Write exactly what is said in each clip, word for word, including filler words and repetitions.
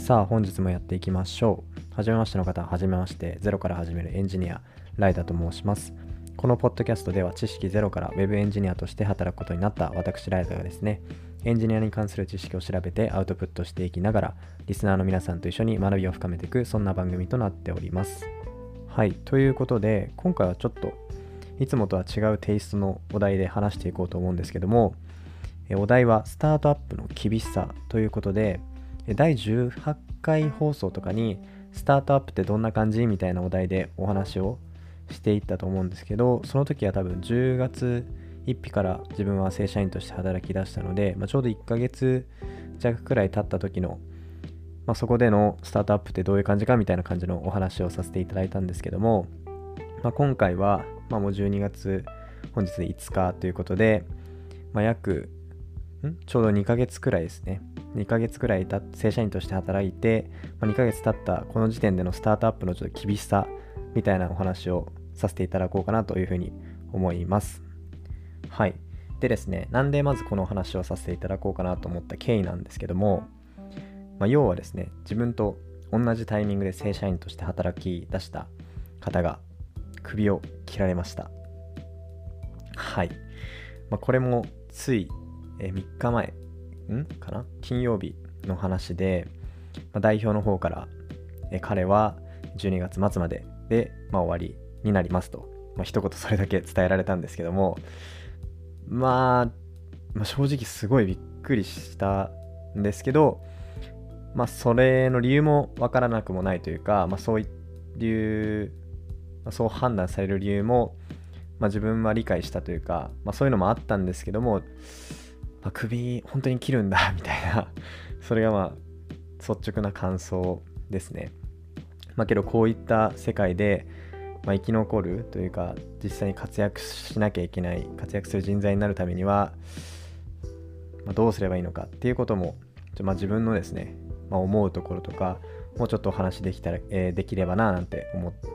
さあ本日もやっていきましょう。はじめましての方はじめまして。ゼロから始めるエンジニアライダと申します。このポッドキャストでは知識ゼロから Web エンジニアとして働くことになった私ライダがですね、エンジニアに関する知識を調べてアウトプットしていきながらリスナーの皆さんと一緒に学びを深めていく、そんな番組となっております。はい、ということで今回はちょっといつもとは違うテイストのお題で話していこうと思うんですけども、お題はスタートアップの厳しさということで、だいじゅうはちかい放送とかにスタートアップってどんな感じみたいなお題でお話をしていったと思うんですけど、その時は多分じゅうがつついたちから自分は正社員として働き出したので、まあ、ちょうどいっかげつ弱くらい経った時の、まあ、そこでのスタートアップってどういう感じかみたいな感じのお話をさせていただいたんですけども、まあ、今回は、まあ、もうじゅうにがつ本日でいつかということで、まあ、約んちょうどにかげつくらいですね。にかげつくらいた正社員として働いて、まあ、にかげつ経ったこの時点でのスタートアップのちょっと厳しさみたいなお話をさせていただこうかなというふうに思います。はい。でですね、なんでまずこのお話をさせていただこうかなと思った経緯なんですけども、まあ、要はですね、自分と同じタイミングで正社員として働き出した方が首を切られました。はい。まあ、これもついみっかまえんかな金曜日の話で、まあ、代表の方からえ彼はじゅうにがつ末までで、まあ、終わりになりますと、まあ、一言それだけ伝えられたんですけども、まあ、まあ正直すごいびっくりしたんですけど、まあそれの理由もわからなくもないというか、まあそういう理由、まあ、そう判断される理由も、まあ、自分は理解したというか、まあ、そういうのもあったんですけども、まあ、首本当に切るんだみたいなそれがまあ率直な感想ですね。まあけどこういった世界で、まあ、生き残るというか実際に活躍しなきゃいけない活躍する人材になるためには、まあ、どうすればいいのかっていうこともちょ、まあ、自分のですね、まあ、思うところとかもうちょっとお話できたら、えー、できればななんて思って、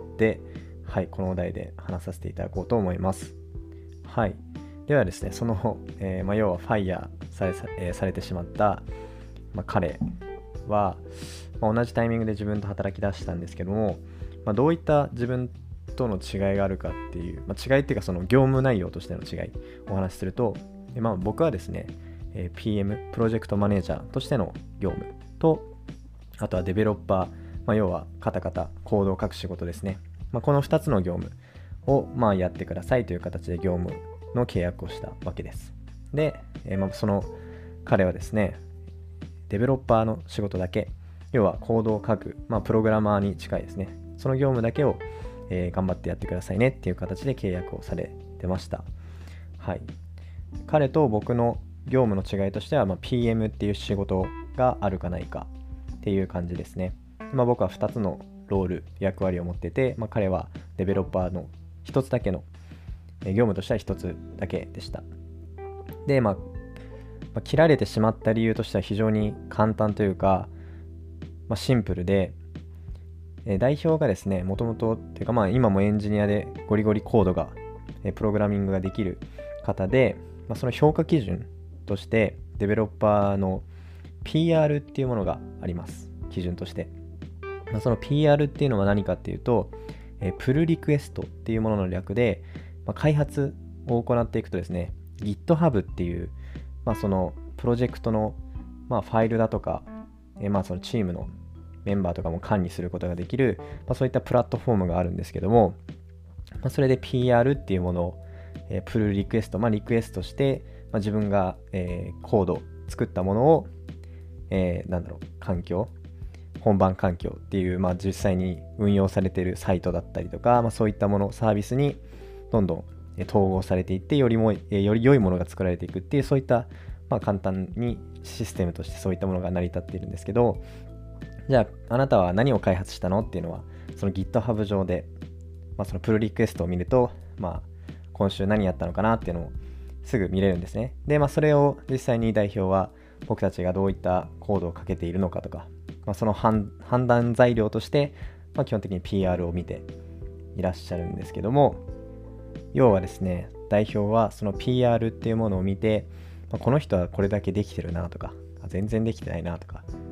はい、このお題で話させていただこうと思います。はい。ではですね、その、えーまあ、要はファイヤーされ、えー、されてしまった、まあ、彼は、まあ、同じタイミングで自分と働き出したんですけども、まあ、どういった自分との違いがあるかっていう、まあ、違いっていうかその業務内容としての違いをお話しすると、まあ、僕はですね、えー、ピーエム プロジェクトマネージャーとしての業務と、あとはデベロッパー、まあ、要はカタカタコードを書く仕事ですね、まあ、このふたつの業務をまあやってくださいという形で業務の契約をしたわけです。で、えー、まあその彼はですね、デベロッパーの仕事だけ、要はコードを書く、まあ、プログラマーに近いですね、その業務だけを、えー、頑張ってやってくださいねっていう形で契約をされてました。はい。彼と僕の業務の違いとしては、まあ、ピーエム っていう仕事があるかないかっていう感じですね。まあ、僕はふたつのロール、役割を持ってて、まあ、彼はデベロッパーのひとつだけの業務としてはひとつだけでした。で、まあ、まあ、切られてしまった理由としては非常に簡単というか、まあ、シンプルで、えー、代表がですね、もともとっていうか、まあ、今もエンジニアでゴリゴリコードが、えー、プログラミングができる方で、まあ、その評価基準としてデベロッパーの ピーアール っていうものがあります。基準として。まあ、その ピーアール っていうのは何かっていうと、えー、プルリクエストっていうものの略で、まあ、開発を行っていくとですね、GitHub っていう、まあ、そのプロジェクトの、まあ、ファイルだとか、えー、まあそのチームのメンバーとかも管理することができる、まあ、そういったプラットフォームがあるんですけども、まあ、それで ピーアール っていうものを、えー、プルリクエスト、まあ、リクエストして、まあ、自分が、えー、コード作ったものを、えー、なんだろう、環境本番環境っていう、まあ、実際に運用されているサイトだったりとか、まあ、そういったもの、サービスにどんどん統合されていって、よりも、より良いものが作られていくっていう、そういった、まあ、簡単にシステムとしてそういったものが成り立っているんですけど、じゃあ、あなたは何を開発したのっていうのは、その GitHub 上で、まあ、そのプルリクエストを見ると、まあ、今週何やったのかなっていうのをすぐ見れるんですね。で、まあ、それを実際に代表は僕たちがどういったコードをかけているのかとか、まあ、その判断材料として、まあ、基本的に ピーアール を見ていらっしゃるんですけども、要はですね、代表はその ピーアール っていうものを見て、まあ、この人はこれだけできてるなとか、全然できてないなとか、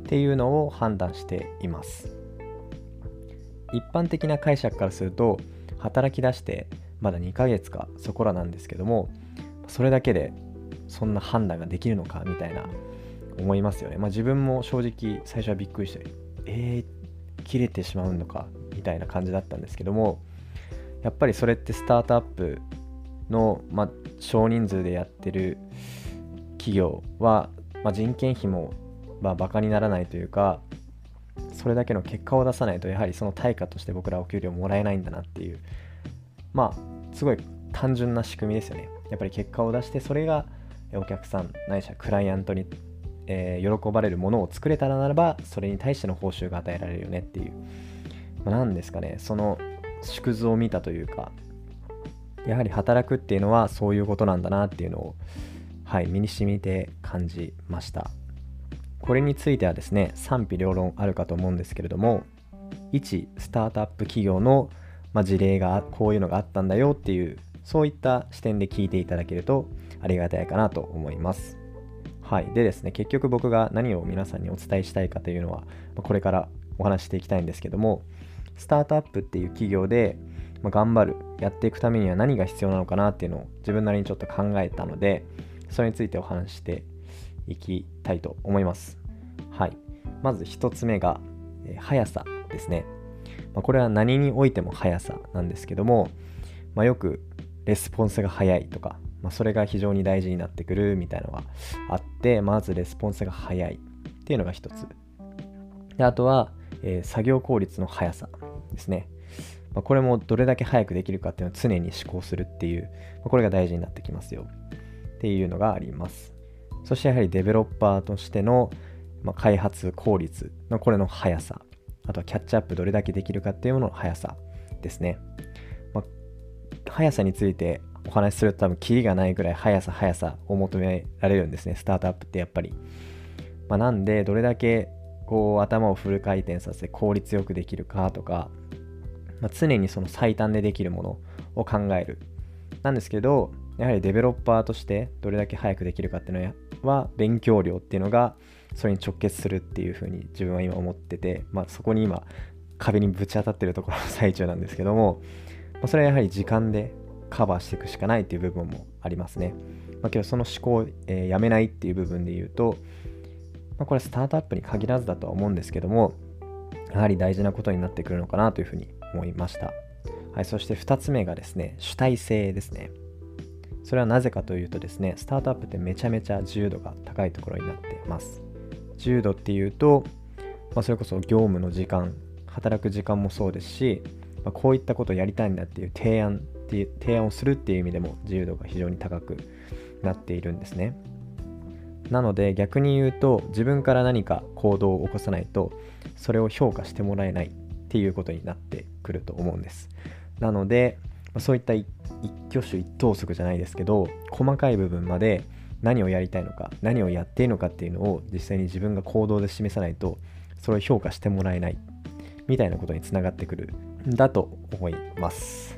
っていうのを判断しています。一般的な解釈からすると働き出してまだにかげつかそこらなんですけども、それだけでそんな判断ができるのかみたいな思いますよね。まあ自分も正直最初はびっくりしてえー、切れてしまうのかみたいな感じだったんですけども、やっぱりそれってスタートアップの、まあ、少人数でやってる企業は、まあ、人件費も、まあ、バカにならないというか、それだけの結果を出さないとやはりその対価として僕らお給料もらえないんだなっていう、まあすごい単純な仕組みですよね。やっぱり結果を出してそれがお客さんないしはクライアントに、えー、喜ばれるものを作れたらならば、それに対しての報酬が与えられるよねっていう、まあ、なんですかね、その縮図を見たというか、やはり働くっていうのはそういうことなんだなっていうのを、はい、身に染みて感じました。これについてはですね、賛否両論あるかと思うんですけれども、一スタートアップ企業の、まあ、事例がこういうのがあったんだよっていう、そういった視点で聞いていただけるとありがたいかなと思います。はい、でですね、結局僕が何を皆さんにお伝えしたいかというのは、これからお話していきたいんですけども、スタートアップっていう企業で頑張る、やっていくためには何が必要なのかなっていうのを自分なりにちょっと考えたので、それについてお話していきたいと思います。はい、まず一つ目が、えー、速さですね。まあ、これは何においても速さなんですけども、まあ、よくレスポンスが速いとか、まあ、それが非常に大事になってくるみたいなのがあって、まずレスポンスが速いっていうのが一つで、あとは、えー、作業効率の速さですね。まあ、これもどれだけ早くできるかっていうのを常に思考するっていう、まあ、これが大事になってきますよっていうのがあります。そしてやはりデベロッパーとしての、まあ、開発効率のこれの速さ、あとはキャッチアップどれだけできるかっていうものの速さですね。まあ、速さについてお話しすると多分キリがないぐらい速さ速さを求められるんですね、スタートアップってやっぱり。まあ、なんでどれだけこう頭をフル回転させ効率よくできるかとか、まあ、常にその最短でできるものを考えるなんですけど、やはりデベロッパーとしてどれだけ早くできるかっていうのは勉強量っていうのがそれに直結するっていうふうに自分は今思ってて、まあ、そこに今壁にぶち当たってるところの最中なんですけども、まあ、それはやはり時間でカバーしていくしかないっていう部分もありますね。まあ、けどその思考を、えー、やめないっていう部分で言うと、まあ、これはスタートアップに限らずだとは思うんですけども、やはり大事なことになってくるのかなというふうに思いました。はい、そしてふたつめがですね、主体性ですね。それはなぜかというとですね、スタートアップってめちゃめちゃ自由度が高いところになっています。自由度っていうと、まあ、それこそ業務の時間、働く時間もそうですし、まあ、こういったことをやりたいんだっていう提案っていう提案をするっていう意味でも自由度が非常に高くなっているんですね。なので逆に言うと、自分から何か行動を起こさないとそれを評価してもらえないっていうことになってくると思うんです。なのでそういった一挙手一投足じゃないですけど、細かい部分まで何をやりたいのか、何をやっているのかっていうのを実際に自分が行動で示さないとそれを評価してもらえないみたいなことにつながってくるんだと思います。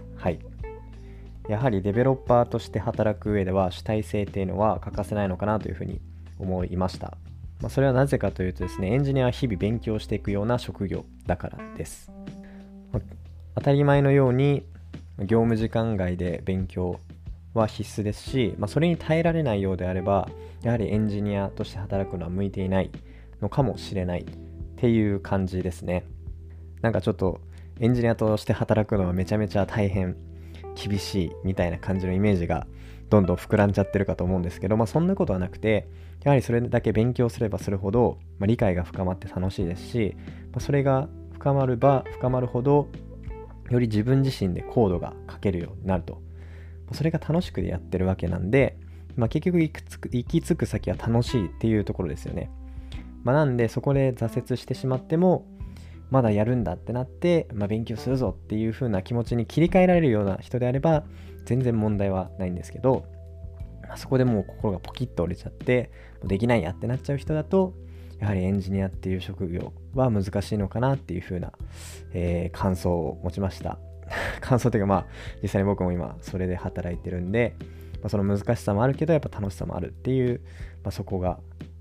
はい。やはりデベロッパーとして働く上では主体性っていうのは欠かせないのかなというふうに思いました。まあ、それはなぜかというとですね、エンジニアは日々勉強していくような職業だからです。まあ、当たり前のように業務時間外で勉強は必須ですし、まあ、それに耐えられないようであれば、やはりエンジニアとして働くのは向いていないのかもしれないっていう感じですね。なんかちょっとエンジニアとして働くのはめちゃめちゃ大変厳しいみたいな感じのイメージがどんどん膨らんじゃってるかと思うんですけど、まあ、そんなことはなくて、やはりそれだけ勉強すればするほど、まあ、理解が深まって楽しいですし、まあ、それが深まれば深まるほどより自分自身でコードが書けるようになると、それが楽しくでやってるわけなんで、まあ、結局行き着く、行き着く先は楽しいっていうところですよね。まあ、なんでそこで挫折してしまってもまだやるんだってなって、まあ、勉強するぞっていう風な気持ちに切り替えられるような人であれば全然問題はないんですけど、まあ、そこでもう心がポキッと折れちゃってできないやってなっちゃう人だと、やはりエンジニアっていう職業は難しいのかなっていう風な、えー、感想を持ちました。感想というか、まあ実際に僕も今それで働いてるんで、まあ、その難しさもあるけどやっぱ楽しさもあるっていう、まあ、そこが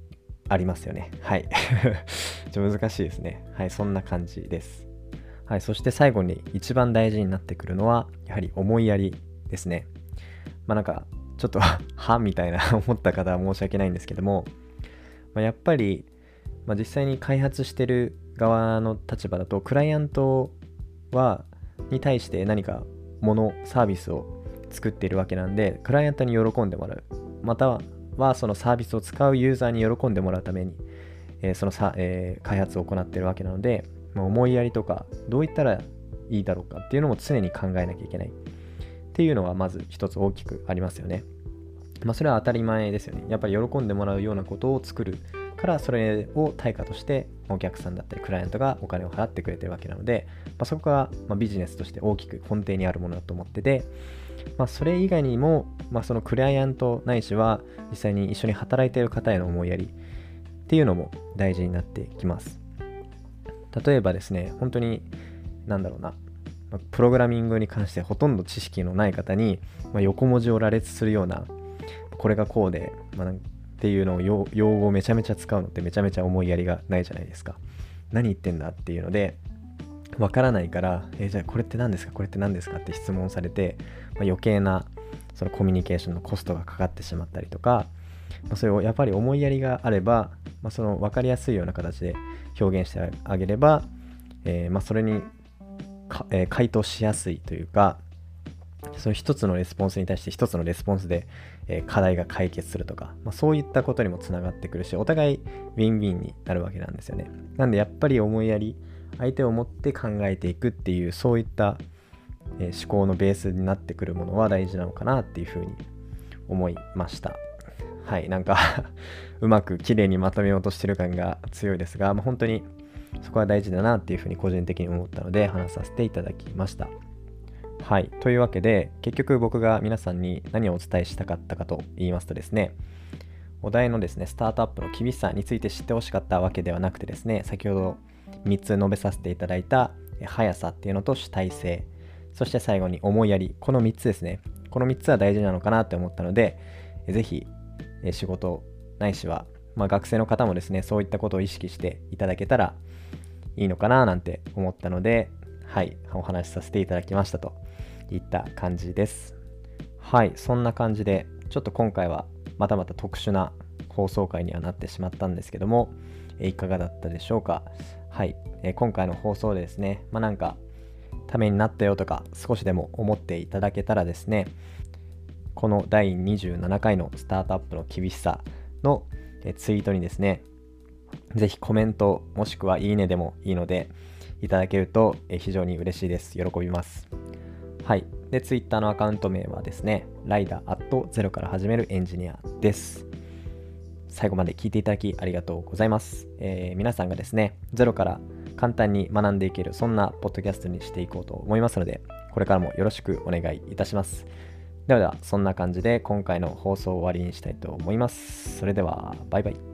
ありますよね。はい。ちょっと難しいですね。はい、そんな感じです。はい、そして最後に一番大事になってくるのは、やはり思いやりですね。まあなんか、ちょっとはみたいな思った方は申し訳ないんですけども、まあ、やっぱり、まあ、実際に開発してる側の立場だと、クライアントはに対して何かもの、サービスを作っているわけなんで、クライアントに喜んでもらう、またはそのサービスを使うユーザーに喜んでもらうために、えー、そのさ、えー、開発を行っているわけなので、まあ、思いやりとかどういったらいいだろうかっていうのも常に考えなきゃいけないっていうのはまず一つ大きくありますよね。まあ、それは当たり前ですよね。やっぱり喜んでもらうようなことを作るから、それを対価としてお客さんだったりクライアントがお金を払ってくれてるわけなので、まあ、そこがまあビジネスとして大きく根底にあるものだと思ってて、まあ、それ以外にも、まあ、そのクライアントないしは実際に一緒に働いている方への思いやりっていうのも大事になってきます。例えばですね、本当になんだろうな、プログラミングに関してほとんど知識のない方に、まあ、横文字を羅列するような、これがこうで、まあ、っていうのを用語をめちゃめちゃ使うのってめちゃめちゃ思いやりがないじゃないですか。何言ってんだっていうのでわからないから、えー、じゃあこれって何ですかこれって何ですかって質問されて、まあ、余計なそのコミュニケーションのコストがかかってしまったりとか、まあ、それをやっぱり思いやりがあれば、まあ、その分かりやすいような形で表現してあげれば、えーまあ、それにか、えー、回答しやすいというか、その一つのレスポンスに対して一つのレスポンスで、えー、課題が解決するとか、まあ、そういったことにもつながってくるし、お互いウィンウィンになるわけなんですよね。なんでやっぱり思いやり、相手を持って考えていくっていう、そういった、えー、思考のベースになってくるものは大事なのかなっていうふうに思いました。はい、なんかうまく綺麗にまとめようとしてる感が強いですが、まあ、本当にそこは大事だなっていうふうに個人的に思ったので話させていただきました。はい、というわけで結局僕が皆さんに何をお伝えしたかったかと言いますとですね、お題のですねスタートアップの厳しさについて知ってほしかったわけではなくてですね、先ほどみっつ述べさせていただいた速さっていうのと主体性、そして最後に思いやり、このみっつですね。このみっつは大事なのかなって思ったので、ぜひ仕事ないしは、まあ、学生の方もですねそういったことを意識していただけたらいいのかななんて思ったので、はいお話しさせていただきましたといった感じです。はい、そんな感じでちょっと今回はまたまた特殊な放送回にはなってしまったんですけども、いかがだったでしょうか。はい、え今回の放送でですね、まあなんかためになったよとか少しでも思っていただけたらですね、このだいにじゅうななかいのスタートアップの厳しさのツイートにですね、ぜひコメントもしくはいいねでもいいのでいただけると非常に嬉しいです。喜びます。はい。で、ツイッターのアカウント名はですね、ライダーアットゼロから始めるエンジニアです。最後まで聞いていただきありがとうございます。えー、皆さんがですね、ゼロから簡単に学んでいける、そんなポッドキャストにしていこうと思いますので、これからもよろしくお願いいたします。ではでは、そんな感じで今回の放送を終わりにしたいと思います。それでは、バイバイ。